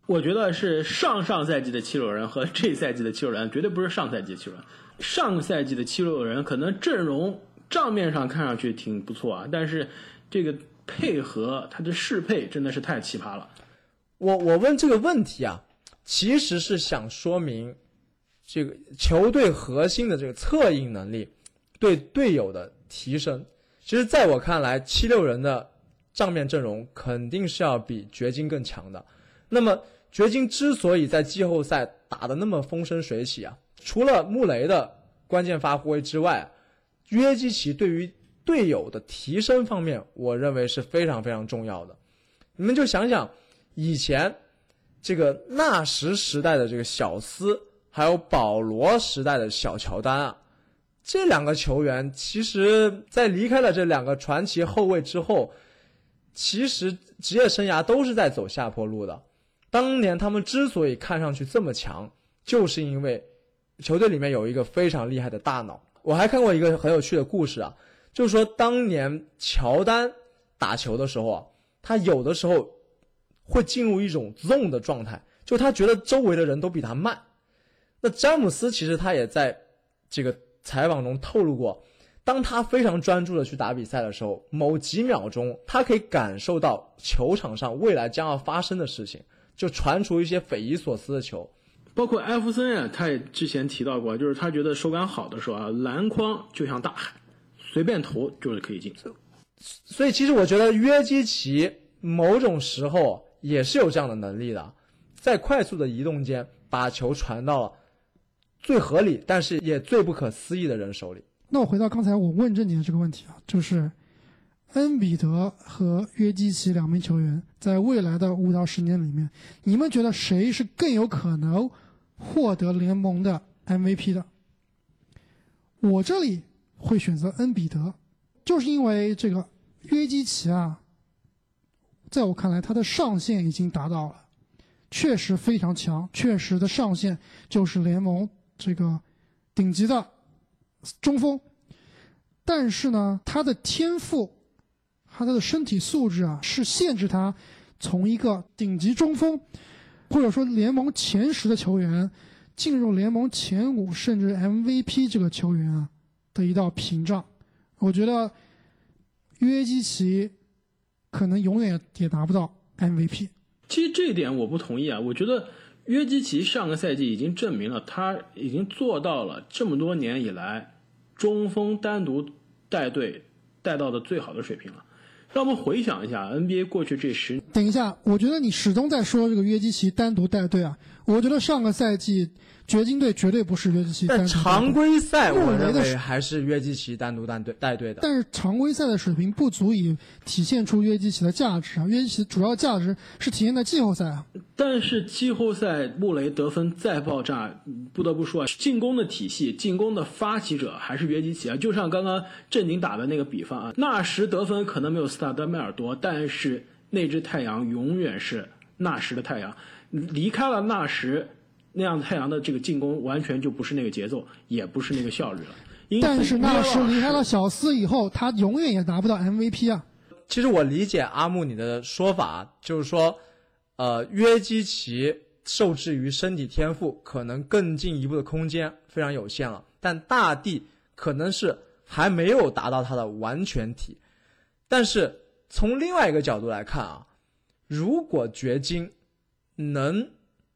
我觉得是上赛季的七六人和这赛季的七六人绝对不是上赛季的七六人。上个赛季的七六人可能阵容账面上看上去挺不错啊，但是这个配合它的适配真的是太奇葩了。 我问这个问题啊，其实是想说明这个球队核心的这个策应能力对队友的提升。其实在我看来，七六人的账面阵容肯定是要比掘金更强的。那么掘金之所以在季后赛打得那么风生水起啊，除了穆雷的关键发挥之外，约基奇对于队友的提升方面，我认为是非常非常重要的。你们就想想以前这个纳什时代的这个小斯，还有保罗时代的小乔丹啊，这两个球员其实在离开了这两个传奇后卫之后，其实职业生涯都是在走下坡路的。当年他们之所以看上去这么强，就是因为球队里面有一个非常厉害的大脑。我还看过一个很有趣的故事啊，就是说当年乔丹打球的时候啊，他有的时候会进入一种 zone 的状态，就他觉得周围的人都比他慢。那詹姆斯其实他也在这个采访中透露过，当他非常专注的去打比赛的时候，某几秒钟他可以感受到球场上未来将要发生的事情，就传出一些匪夷所思的球。 包括艾弗森啊，他也之前提到过，就是他觉得手感好的时候啊，篮筐就像大海，随便投就是可以进。 所以其实我觉得约基奇某种时候也是有这样的能力的，在快速的移动间把球传到了最合理但是也最不可思议的人手里。 那我回到刚才我问着你的这个问题啊，就是恩比德和约基奇两名球员在未来的5到10年里面，你们觉得谁是更有可能获得联盟的 MVP 的？我这里会选择恩比德，就是因为这个约基奇啊，在我看来他的上限已经达到了，确实非常强，确实的上限就是联盟这个顶级的中锋。但是呢，他的天赋，他的身体素质啊，是限制他从一个顶级中锋或者说联盟前10的球员进入联盟前5甚至 MVP 这个球员啊的一道屏障。我觉得约基奇可能永远也拿不到 MVP。 其实这一点我不同意啊，我觉得约基奇上个赛季已经证明了他已经做到了这么多年以来中锋单独带队带到的最好的水平了。让我们回想一下 NBA 过去这10年。 等一下，我觉得你始终在说这个约基奇单独带队啊。我觉得上个赛季掘金队绝对不是约基奇单独带队， 但常规赛我认为还是约基奇单独带队的。 但是常规赛的水平不足以体现出约基奇的价值啊，约基奇主要价值是体现在季后赛啊。 但是季后赛穆雷得分再爆炸，不得不说啊，进攻的体系、进攻的发起者还是约基奇啊。就像刚刚正经打的那个比方啊，纳什得分可能没有斯塔德迈尔多，但是那只太阳永远是纳什的太阳。离开了纳什，那样太阳的这个进攻完全就不是那个节奏，也不是那个效率了。 但是纳什离开了小斯以后，他永远也拿不到 MVP 啊。 其实我理解阿木你的说法，就是说约基奇受制于身体天赋，可能更进一步的空间非常有限了，但大帝可能是还没有达到他的完全体。但是从另外一个角度来看啊，如果掘金能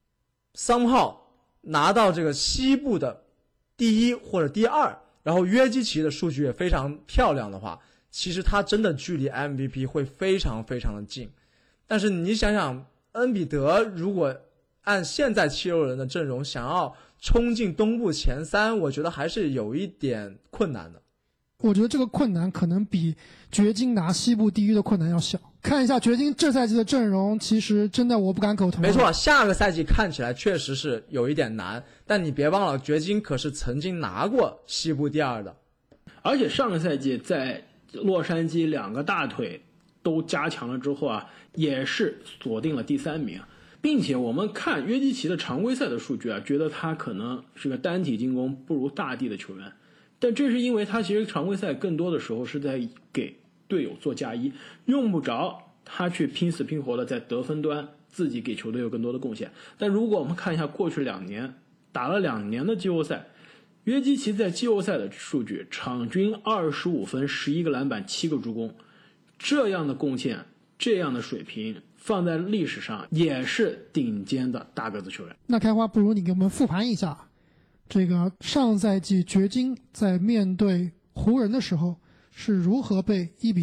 somehow拿到这个西部的第1或者第2，然后约基奇的数据也非常漂亮的话，其实他真的距离 MVP 会非常非常的近。但是你想想，恩比德如果按现在七六人的阵容想要冲进东部前3，我觉得还是有一点困难的。 我觉得这个困难可能比掘金拿西部第1的困难要小。看一下掘金这赛季的阵容，其实真的我不敢苟同。 没错，下个赛季看起来确实是有一点难，但你别忘了，掘金可是曾经拿过西部第2的。 而且上个赛季在洛杉矶2个大腿都加强了之后啊，也是锁定了第3名。并且我们看约基奇的常规赛的数据啊，觉得他可能是个单体进攻不如大帝的球员，但这是因为他其实常规赛更多的时候是在给队友做嫁衣，用不着他去拼死拼活的在得分端自己给球队有更多的贡献。但如果我们看一下过去2年打了2年的季后赛，约基奇在季后赛的数据，场均25分、11个篮板、7个助攻，这样的贡献，这样的水平，放在历史上也是顶尖的大个子球员。 那开花，不如你给我们复盘一下，这个上赛季掘金在面对湖人的时候是如何被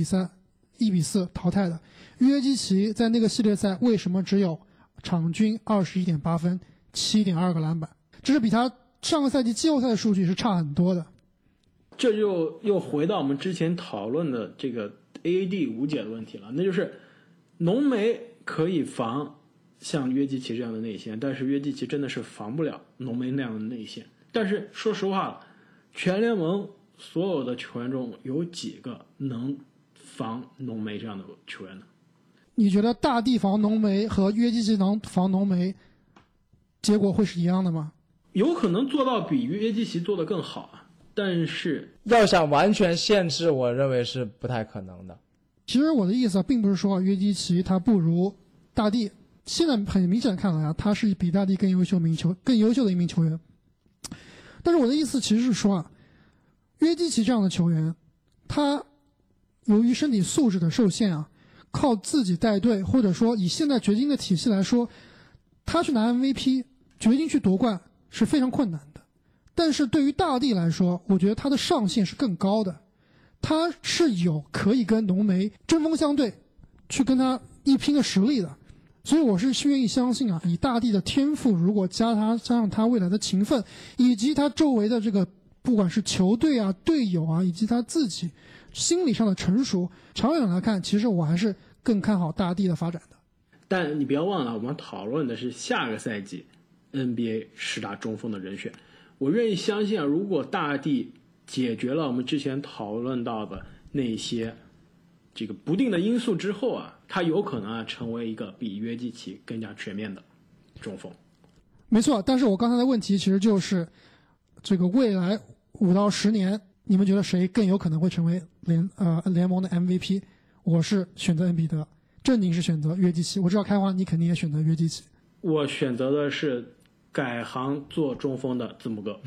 1-3、1-4淘汰的？约基奇在那个系列赛为什么只有场均21.8分、7.2个篮板？这是比他上个赛季季后赛的数据是差很多的。 这就又回到我们之前讨论的这个 AD 无解的问题了，那就是浓眉可以防像约基奇这样的内线，但是约基奇真的是防不了浓眉那样的内线。但是说实话，全联盟所有的球员中有几个能防浓眉这样的球员呢？ 你觉得大帝防浓眉和约基奇能防浓眉结果会是一样的吗？ 有可能做到比约基奇做得更好啊，但是要想完全限制，我认为是不太可能的。 其实我的意思并不是说约基奇他不如大帝，现在很明显看来啊，他是比大帝更优秀的一名球员。但是我的意思其实是说啊，约基奇这样的球员，他由于身体素质的受限啊，靠自己带队，或者说以现在掘金的体系来说，他去拿 MVP， 掘金去夺冠是非常困难的。但是对于大帝来说，我觉得他的上限是更高的，他是有可以跟浓眉针锋相对，去跟他一拼的实力的。所以我是愿意相信啊，以大帝的天赋，如果加上他未来的勤奋，以及他周围的这个不管是球队啊、队友啊，以及他自己心理上的成熟，长远来看，其实我还是更看好大帝的发展的。 但你不要忘了，我们讨论的是下个赛季 NBA 10大中锋的人选。我愿意相信啊，如果大帝解决了我们之前讨论到的那些这个不定的因素之后啊，他有可能啊成为一个比约基奇更加全面的中锋。 没错，但是我刚才的问题其实就是这个未来5到10年，你们觉得谁更有可能会成为联盟的 MVP？ 我是选择恩比德，正经是选择约基奇。我知道开花你肯定也选择约基奇。 我选择的是改行做中锋的字母哥。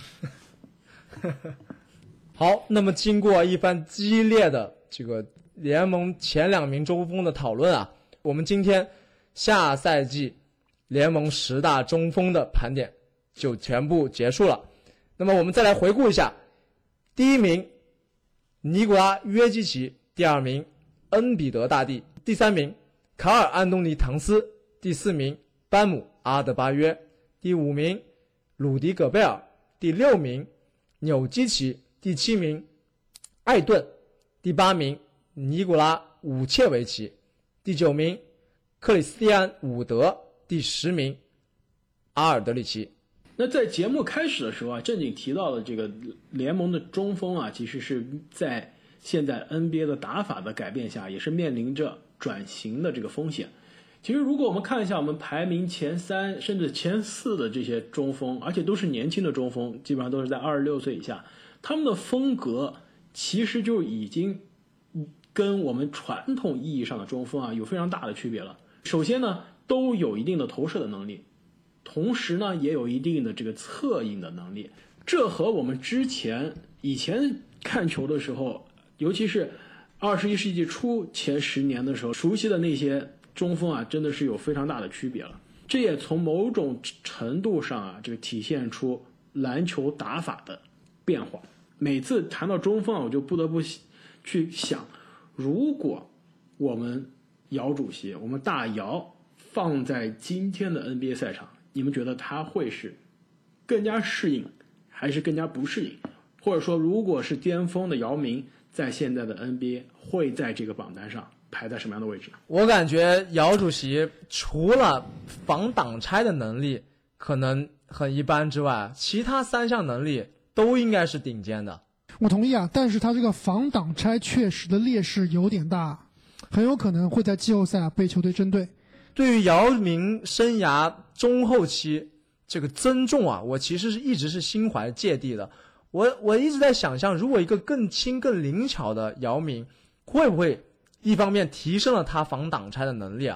好，那么经过一番激烈的这个联盟前2名中锋的讨论啊，我们今天下赛季联盟10大中锋的盘点就全部结束了。那么我们再来回顾一下，第1名尼古拉约基奇，第2名恩比德大帝，第3名卡尔安东尼唐斯，第4名班姆阿德巴约，第5名鲁迪戈贝尔，第6名纽基奇，第7名艾顿，第8名尼古拉武切维奇，第9名克里斯蒂安伍德，第10名阿尔德里奇。 那在节目开始的时候啊，正经提到的这个联盟的中锋啊，其实是在现在 NBA 的打法的改变下，也是面临着转型的这个风险。其实如果我们看一下我们排名前3甚至前4的这些中锋，而且都是年轻的中锋，基本上都是在26岁以下，他们的风格其实就已经跟我们传统意义上的中锋啊有非常大的区别了。首先呢，都有一定的投射的能力，同时呢也有一定的这个策应的能力。这和我们以前看球的时候，尤其是21世纪初前10年的时候熟悉的那些中锋啊，真的是有非常大的区别了。这也从某种程度上啊，这个体现出篮球打法的变化。每次谈到中锋啊，我就不得不去想，如果我们姚主席，我们大姚放在今天的 NBA 赛场，你们觉得他会是更加适应还是更加不适应？或者说如果是巅峰的姚明，在现在的 NBA 会在这个榜单上排在什么样的位置呢？ 我感觉姚主席除了防挡拆的能力可能很一般之外，其他3项能力都应该是顶尖的。 我同意啊，但是他这个防挡拆确实的劣势有点大，很有可能会在季后赛被球队针对。 对于姚明生涯中后期这个增重啊，我其实一直是心怀芥蒂的。我一直在想象，如果一个更轻更灵巧的姚明，会不会一方面提升了他防挡拆的能力啊，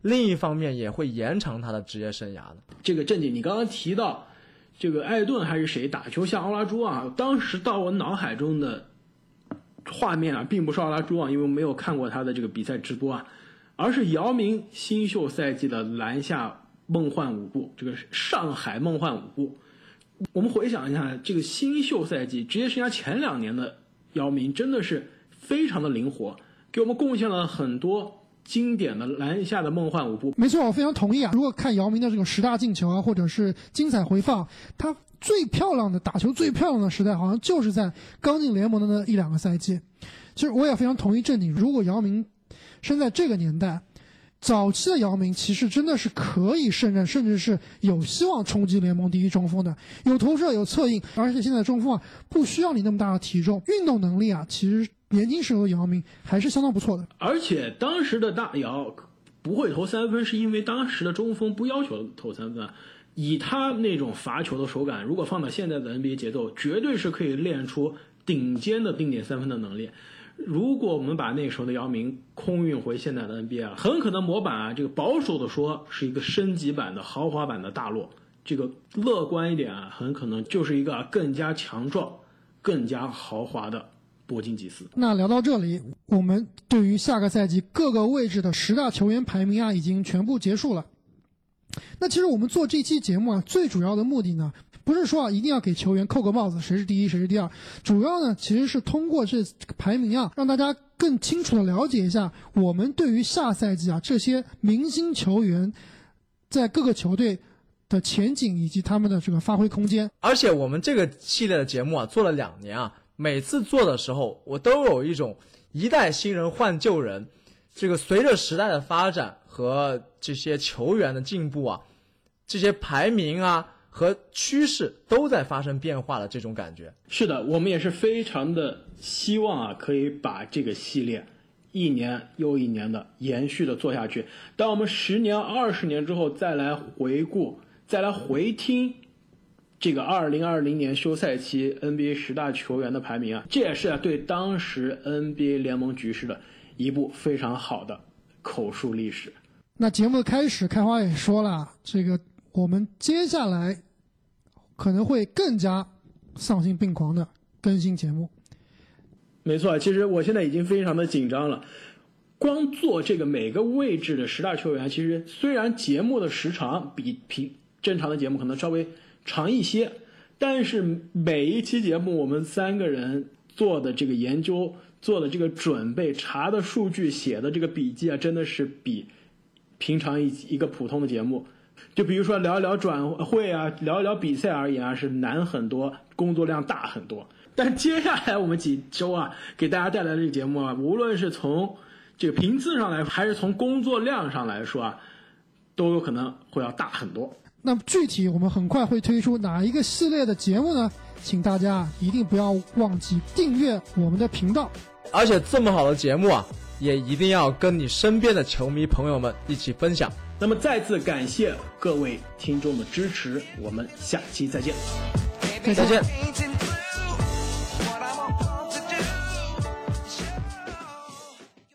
另一方面也会延长他的职业生涯的。 这个正经，你刚刚提到这个艾顿还是谁打球像奥拉朱旺，当时到我脑海中的画面啊，并不是奥拉朱旺，因为我没有看过他的这个比赛直播啊，而是姚明新秀赛季的篮下梦幻舞步，这个上海梦幻舞步。我们回想一下，这个新秀赛季职业生涯前2年的姚明真的是非常的灵活，给我们贡献了很多经典的篮下的梦幻舞步。 没错，我非常同意啊。如果看姚明的这个10大进球啊，或者是精彩回放，他最漂亮的打球最漂亮的时代，好像就是在刚进联盟的那1-2个赛季。其实我也非常同意正经，如果姚明生在这个年代，早期的姚明其实真的是可以胜任，甚至是有希望冲击联盟第一中锋的，有投射有策应，而且现在的中锋啊不需要你那么大的体重，运动能力啊其实年轻时候的姚明还是相当不错的。 而且当时的大姚不会投3分，是因为当时的中锋不要求投3分，以他那种罚球的手感，如果放到现在的 NBA 节奏，绝对是可以练出顶尖的定点3分的能力。如果我们把那时候的姚明空运回现在的 NBA 啊，很可能模板啊，这个保守的说是一个升级版的豪华版的大洛，这个乐观一点啊，很可能就是一个更加强壮、更加豪华的波金吉斯。 那聊到这里，我们对于下个赛季各个位置的10大球员排名啊，已经全部结束了。那其实我们做这期节目啊，最主要的目的呢，不是说啊一定要给球员扣个帽子，谁是第一谁是第二，主要呢其实是通过这个排名啊，让大家更清楚的了解一下我们对于下赛季啊这些明星球员在各个球队的前景以及他们的这个发挥空间。 而且我们这个系列的节目啊，做了2年啊，每次做的时候，我都有一种一代新人换旧人，这个随着时代的发展和这些球员的进步啊，这些排名啊和趋势都在发生变化的这种感觉。 是的，我们也是非常的希望啊，可以把这个系列1年又1年的延续的做下去。当我们10年、20年之后再来回顾、再来回听这个2020年休赛期 NBA 10大球员的排名啊，这也是对当时 NBA 联盟局势的一部非常好的口述历史。 那节目的开始，开花也说了，这个我们接下来可能会更加丧心病狂的更新节目。 没错，其实我现在已经非常的紧张了。光做这个每个位置的10大球员，其实虽然节目的时长比正常的节目可能稍微长一些，但是每一期节目我们3个人做的这个研究、做的这个准备、查的数据、写的这个笔记啊，真的是比平常一个普通的节目，就比如说聊一聊转会啊，聊一聊比赛而言啊，是难很多，工作量大很多。但接下来我们几周啊，给大家带来的这个节目啊，无论是从这个频次上来，还是从工作量上来说啊，都有可能会要大很多。 那么具体我们很快会推出哪一个系列的节目呢？请大家一定不要忘记订阅我们的频道。 而且这么好的节目啊，也一定要跟你身边的球迷朋友们一起分享。 那么再次感谢各位听众的支持，我们下期再见。 再见。